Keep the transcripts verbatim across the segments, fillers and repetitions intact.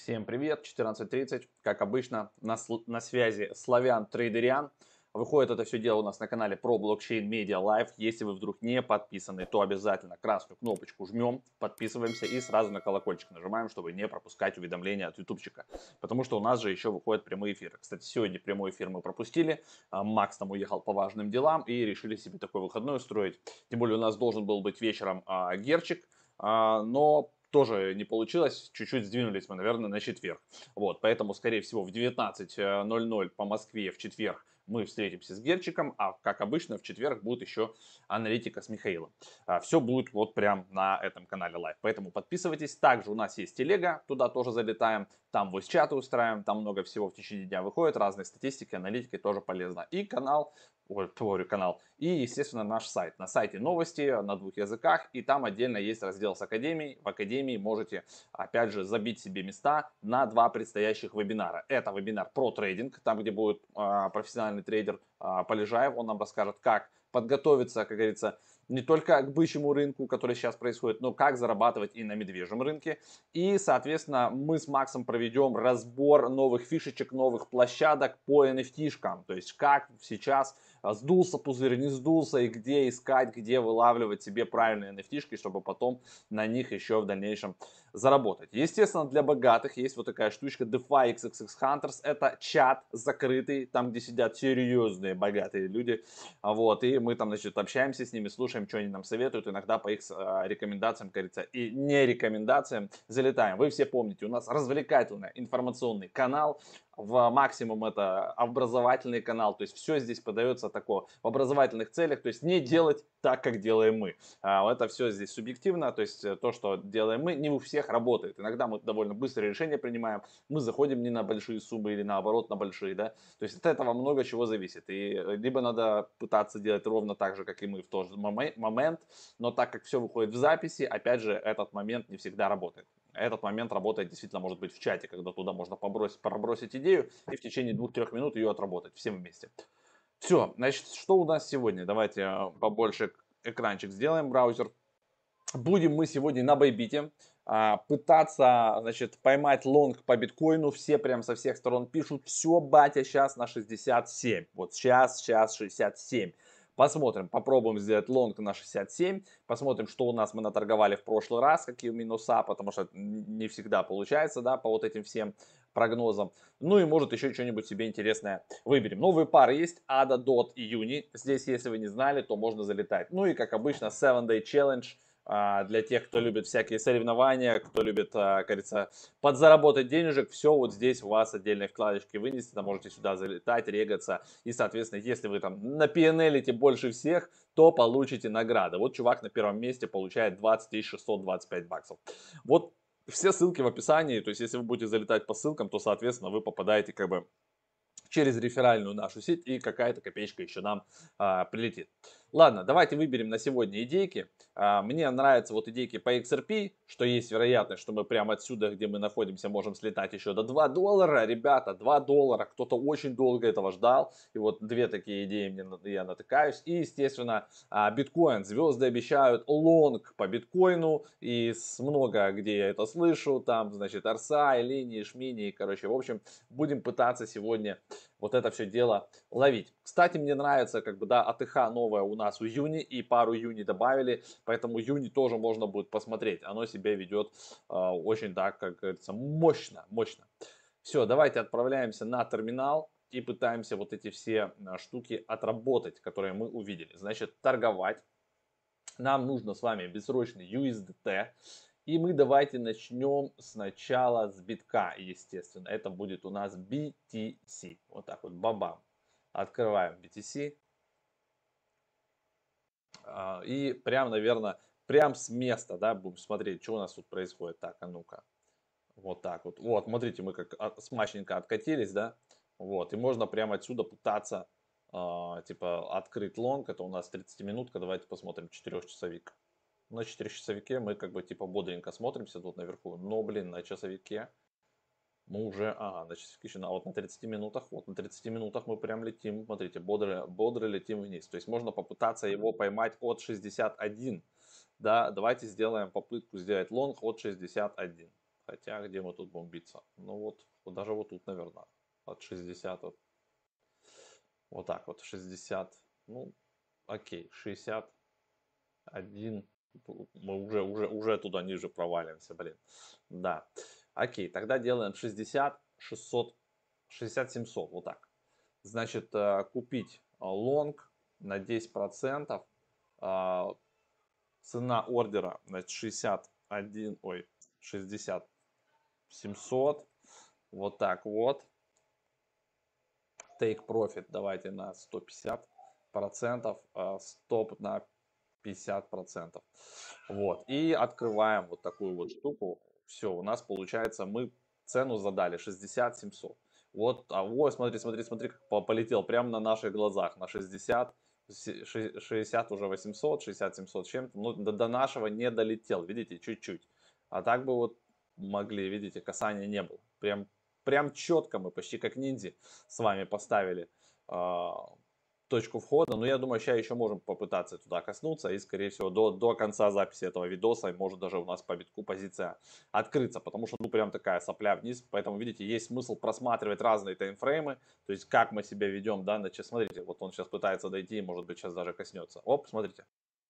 Всем привет, четырнадцать тридцать, как обычно, на, сл- на связи Славян Трейдериан. Выходит это все дело у нас на канале про блокчейн Media Live. Если вы вдруг не подписаны, то обязательно красную кнопочку жмем, подписываемся и сразу на колокольчик нажимаем, чтобы не пропускать уведомления от ютубчика. Потому что у нас же еще выходят прямые эфиры. Кстати, сегодня прямой эфир мы пропустили. А, Макс там уехал по важным делам и решили себе такой выходной устроить. Тем более у нас должен был быть вечером а, Герчик, а, но тоже не получилось, чуть-чуть сдвинулись мы, наверное, на четверг. Вот, поэтому, скорее всего, в девятнадцать ноль ноль по Москве в четверг мы встретимся с Герчиком, а, как обычно, в четверг будет еще аналитика с Михаилом. А, все будет вот прям на этом канале лайв, поэтому подписывайтесь. Также у нас есть телега, туда тоже залетаем, там voice-чаты устраиваем, там много всего в течение дня выходит, разные статистики, аналитики, тоже полезно. И канал, ой, говорю, канал, и, естественно, наш сайт. На сайте новости на двух языках, и там отдельно есть раздел с академией. В академии можете, опять же, забить себе места на два предстоящих вебинара. Это вебинар про трейдинг, там, где будет а, профессиональный трейдер а, Полежаев, он нам расскажет, как подготовиться, как говорится, не только к бычьему рынку, который сейчас происходит, но как зарабатывать и на медвежьем рынке. И, соответственно, мы с Максом проведем разбор новых фишечек, новых площадок по эн эф ти-шкам. То есть, как сейчас сдулся пузырь, не сдулся, и где искать, где вылавливать себе правильные эн эф ти-шки, чтобы потом на них еще в дальнейшем заработать. Естественно, для богатых есть вот такая штучка DeFi икс икс икс Hunters. Это чат закрытый, там, где сидят серьезные богатые люди. Вот, и мы там, значит, общаемся с ними, слушаем, что они нам советуют, иногда по их э, рекомендациям, как говорится, и не рекомендациям залетаем. Вы все помните, у нас развлекательный информационный канал, в максимум это образовательный канал, то есть все здесь подается такое в образовательных целях, то есть не делать так, как делаем мы. А, это все здесь субъективно, то есть э, то, что делаем мы, не у всех работает. Иногда мы довольно быстрые решения принимаем, мы заходим не на большие суммы или наоборот на большие, да, то есть от этого много чего зависит. И э, либо надо пытаться делать ровно так же, как и мы в тот же момент, но так как все выходит в записи, опять же, этот момент не всегда работает. Этот момент работает действительно, может быть, в чате, когда туда можно побросить, пробросить идею и в течение двух-трех минут ее отработать всем вместе. Все, значит, что у нас сегодня? Давайте э, побольше экранчик сделаем, браузер. Будем мы сегодня на Байбите а, пытаться, значит, поймать лонг по биткоину. Все прям со всех сторон пишут, все, батя, сейчас на шестьдесят семь. Вот сейчас, сейчас шестьдесят семь. Посмотрим, попробуем сделать лонг на шестьдесят семь. Посмотрим, что у нас мы наторговали в прошлый раз, какие минуса, потому что не всегда получается, да, по вот этим всем прогнозам. Ну и может еще что-нибудь себе интересное выберем. Новые пары есть, эй ди эй, дот и Юни. Здесь, если вы не знали, то можно залетать. Ну и, как обычно, семь day challenge а, для тех, кто любит всякие соревнования, кто любит, а, как говорится, подзаработать денежек, все вот здесь у вас отдельные вкладочки вынесено, можете сюда залетать, регаться, и, соответственно, если вы там на пи эн эл-ите больше всех, то получите награды. Вот чувак на первом месте получает двадцать тысяч шестьсот двадцать пять баксов. Вот все ссылки в описании, то есть если вы будете залетать по ссылкам, то, соответственно, вы попадаете как бы через реферальную нашу сеть, и какая-то копеечка еще нам а, прилетит. Ладно, давайте выберем на сегодня идейки. А, мне нравятся вот идейки по икс эр пи, что есть вероятность, что мы прямо отсюда, где мы находимся, можем слетать еще до два доллара. Ребята, два доллара, кто-то очень долго этого ждал. И вот две такие идеи мне, я натыкаюсь. И, естественно, а, биткоин. Звезды обещают лонг по биткоину. И с много где я это слышу. Там, значит, ар эс ай, линии, шмини. Короче, в общем, будем пытаться сегодня вот это все дело ловить. Кстати, мне нравится, как бы, да, эй ти эйч новая у нас у Юни, и пару Юни добавили, поэтому Юни тоже можно будет посмотреть. Оно себя ведет э, очень так, как говорится, мощно, мощно. Все, давайте отправляемся на терминал и пытаемся вот эти все э, штуки отработать, которые мы увидели. Значит, торговать. Нам нужно с вами бессрочный ю эс ди ти. И мы давайте начнем сначала с битка, естественно. Это будет у нас би ти си. Вот так вот, бабам. Открываем би ти си. А, И прям, наверное, прям с места, да, будем смотреть, что у нас тут происходит. Так, а ну-ка. Вот так вот. Вот, смотрите, мы как от- смачненько откатились, да. Вот, и можно прямо отсюда пытаться, а, типа, открыть лонг. Это у нас тридцать минутка. Давайте посмотрим четырехчасовик. На четырехчасовике мы как бы типа бодренько смотримся тут наверху. Но, блин, на часовике мы уже, ага, на часовике еще, а вот на тридцати минутах, вот на тридцати минутах мы прям летим, смотрите, бодро, бодро летим вниз. То есть можно попытаться его поймать от шестьдесят один. Да, давайте сделаем попытку сделать лонг от шестьдесят один. Хотя, где мы тут будем биться? Ну вот, вот даже вот тут, наверное, от шестидесяти. Вот, вот так вот, шестьдесят. Ну, окей, шестьдесят один. Мы уже, уже, уже туда ниже проваливаемся, блин. Да. Окей, тогда делаем шестьдесят, шестьсот, шестьдесят, семьсот. Вот так. Значит, э, купить э, лонг на десять процентов. а, Цена ордера, значит, шестьдесят один, ой, шестьдесят, семьсот. Вот так вот. Take profit давайте на сто пятьдесят процентов, а стоп на пятьдесят процентов. Вот. И открываем вот такую вот штуку. Все, у нас получается, мы цену задали шестьдесят семьсот. Вот, а вот, смотри, смотри, смотри, как по- полетел прямо на наших глазах, на шестьдесят, се- ше- шестьдесят уже восемьсот, шестьдесят семьсот с чем-то, ну, до, до нашего не долетел, видите, чуть-чуть. А так бы вот могли, видите, касания не было. Прям, прям четко мы, почти как ниндзя, с вами поставили а, точку входа. Но я думаю, сейчас еще можем попытаться туда коснуться. И, скорее всего, до, до конца записи этого видоса может даже у нас по битку позиция открыться. Потому что, ну, прям такая сопля вниз. Поэтому, видите, есть смысл просматривать разные таймфреймы. То есть, как мы себя ведем, да. Значит, смотрите, вот он сейчас пытается дойти, может быть, сейчас даже коснется. Оп, смотрите.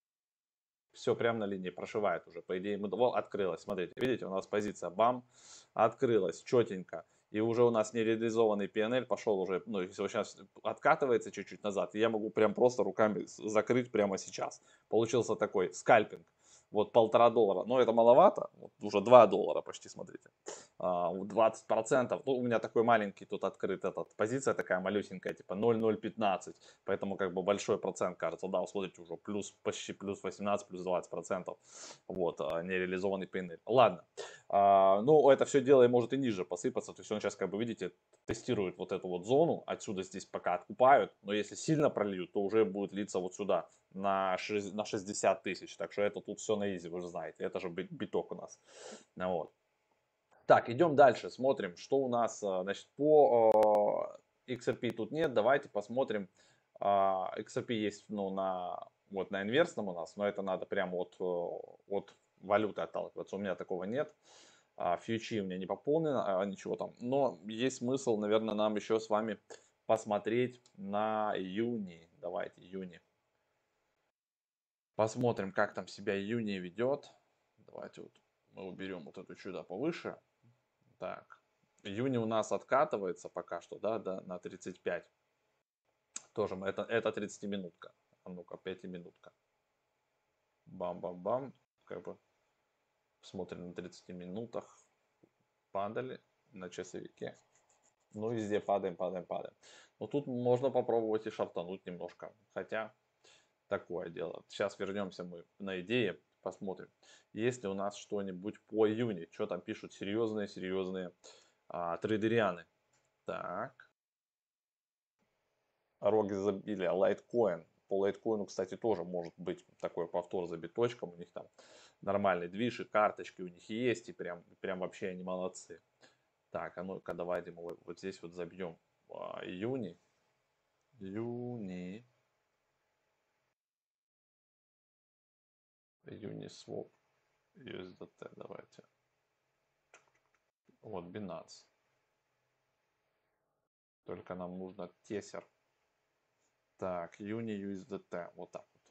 Все прямо на линии прошивает уже. По идее, мы... Во, открылось. Смотрите, видите, у нас позиция бам, открылась четенько. И уже у нас нереализованный пи эн эль пошел уже, ну, если он сейчас откатывается чуть-чуть назад, и я могу прям просто руками закрыть прямо сейчас. Получился такой скальпинг. Вот полтора доллара. Но это маловато. Вот уже два доллара почти, смотрите. А, двадцать процентов. Ну, у меня такой маленький тут открыт этот. Позиция такая малюсенькая, типа ноль целых ноль пятнадцать. Поэтому как бы большой процент кажется. Да, вот смотрите, уже плюс, почти плюс восемнадцать, плюс двадцать процентов. Вот, а, нереализованный пейнель. Ладно. А, ну, это все дело и может и ниже посыпаться. То есть он сейчас, как бы, видите, тестирует вот эту вот зону. Отсюда здесь пока откупают. Но если сильно прольют, то уже будет литься вот сюда на шестьдесят тысяч. Так что это тут все на изи, вы же знаете. Это же биток у нас. Ну вот. Так, идем дальше, смотрим, что у нас, а, значит, по а, икс эр пи тут нет. Давайте посмотрим. а, икс эр пи есть, ну, на, вот на инверсном у нас, но это надо прямо от, э, от валюты отталкиваться. У меня такого нет. А, фьючи у меня не пополнено, а, ничего там. Но есть смысл, наверное, нам еще с вами посмотреть на июни. Давайте, июни. Посмотрим, как там себя июни ведет. Давайте вот мы уберем вот эту чудо повыше. Так, июнь у нас откатывается пока что, да, да, на тридцать пять. Тоже мы, это, это тридцатиминутка. А ну-ка, пятиминутка. Бам-бам-бам. Как бы смотрим на тридцати минутах. Падали на часовике. Ну, везде падаем, падаем, падаем. Но тут можно попробовать и шартануть немножко. Хотя, такое дело. Сейчас вернемся мы на идеи. Посмотрим, есть ли у нас что-нибудь по июне. Что там пишут серьезные-серьезные а, трейдерианы. Так. Рог изобилия, лайткоин. По лайткоину, кстати, тоже может быть такой повтор за биточком. У них там нормальный движ и карточки у них есть. И прям, прям вообще они молодцы. Так, а ну-ка давайте мы вот, вот здесь вот забьем а, июни. Июни. Июни своп. ю эс ди ти давайте. Вот Binance. Только нам нужно тесер. Так, июни ю эс ди ти. Вот так вот.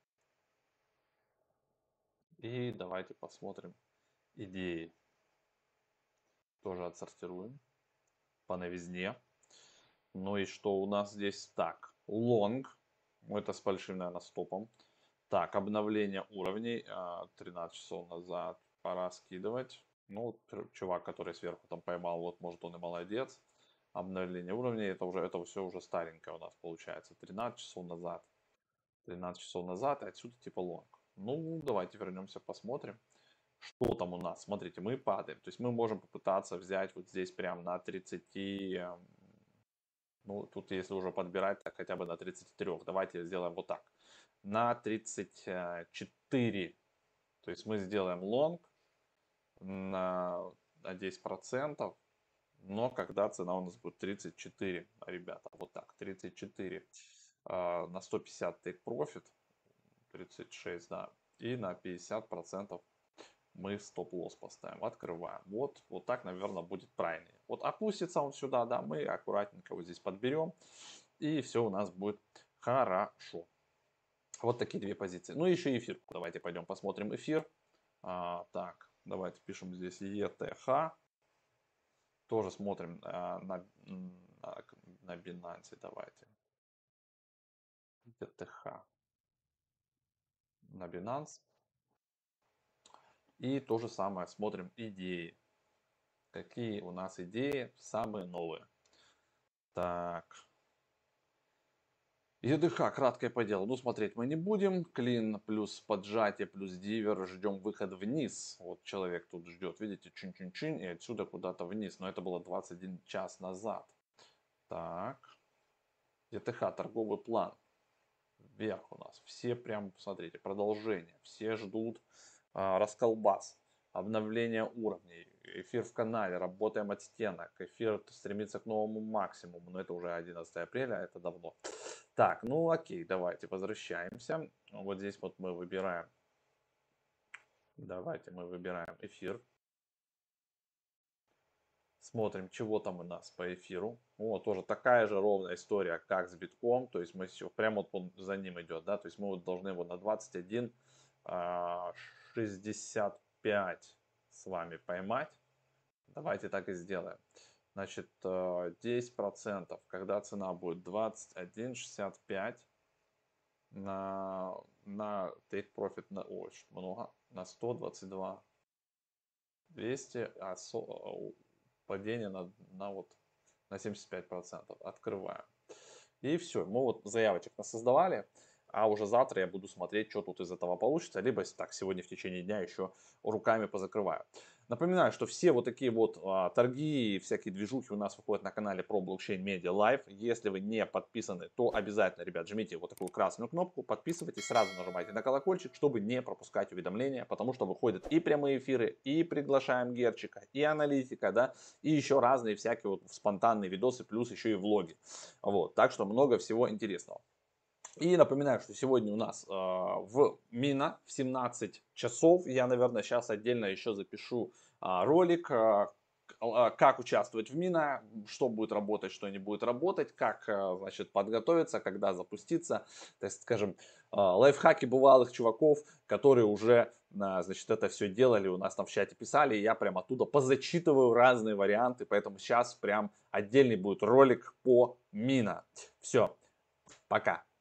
И давайте посмотрим идеи. Тоже отсортируем по новизне. Ну и что у нас здесь? Так, лонг. Ну, это с большим, наверное, стопом. Так, обновление уровней. а, тринадцать часов назад. Пора скидывать. Ну, вот чувак, который сверху там поймал, вот, может, он и молодец. Обновление уровней. Это уже, это все уже старенькое у нас получается. тринадцать часов назад. тринадцать часов назад. И отсюда типа лонг. Ну, давайте вернемся, посмотрим. Что там у нас? Смотрите, мы падаем. То есть мы можем попытаться взять вот здесь прям на тридцати. Ну, тут если уже подбирать, так хотя бы на тридцать три. Давайте сделаем вот так. На тридцать четыре. То есть мы сделаем лонг на, на десять процентов. Но когда цена у нас будет тридцать четыре, ребята, вот так, тридцать четыре а, на сто пятьдесят take profit, тридцать шесть, да, и на пятьдесят процентов мы стоп-лосс поставим, открываем. Вот, вот так, наверное, будет правильнее. Вот опустится он сюда, да, мы аккуратненько вот здесь подберем, и все у нас будет хорошо. Вот такие две позиции. Ну, еще эфир. Давайте пойдем посмотрим эфир. А, так, давайте пишем здесь и ти эйч. Тоже смотрим а, на, на, на Binance. Давайте. и ти эйч на Binance. И то же самое смотрим идеи. Какие у нас идеи самые новые. Так. и ти эйч, краткое по делу. Ну, смотреть мы не будем. Клин плюс поджатие плюс дивер. Ждем выход вниз. Вот человек тут ждет. Видите, чин-чин-чин. И отсюда куда-то вниз. Но это было двадцать один час назад. Так. и ти эйч, торговый план. Вверх у нас. Все прям, смотрите, продолжение. Все ждут а, расколбас. Обновление уровней. Эфир в канале. Работаем от стенок. Эфир стремится к новому максимуму. Но это уже одиннадцатое апреля. Это давно. Так, ну окей, давайте возвращаемся. Вот здесь вот мы выбираем. Давайте мы выбираем эфир. Смотрим, чего там у нас по эфиру. Вот, тоже такая же ровная история, как с битком. То есть мы все, прямо вот он за ним идет, да. То есть мы вот должны его на двадцать один шестьдесят пять с вами поймать. Давайте так и сделаем. Значит, десять процентов, когда цена будет двадцать один шестьдесят пять. На, на take profit на очень много, на сто двадцать два двести, а со, падение на, на вот на семьдесят пять процентов. Открываем. И все, мы вот заявочек создавали, а уже завтра я буду смотреть, что тут из этого получится, либо так сегодня в течение дня еще руками позакрываю. Напоминаю, что все вот такие вот а, торги и всякие движухи у нас выходят на канале про блокчейн Media Live. Если вы не подписаны, то обязательно, ребят, жмите вот такую красную кнопку, подписывайтесь, сразу нажимайте на колокольчик, чтобы не пропускать уведомления, потому что выходят и прямые эфиры, и приглашаем Герчика, и аналитика, да, и еще разные всякие вот спонтанные видосы, плюс еще и влоги. Вот, так что много всего интересного. И напоминаю, что сегодня у нас э, в Мина в семнадцать часов. Я, наверное, сейчас отдельно еще запишу э, ролик, э, как участвовать в Мина, что будет работать, что не будет работать, как, э, значит, подготовиться, когда запуститься. То есть, скажем, э, лайфхаки бывалых чуваков, которые уже, э, значит, это все делали, у нас там в чате писали, и я прям оттуда позачитываю разные варианты. Поэтому сейчас прям отдельный будет ролик по Мина. Все, пока.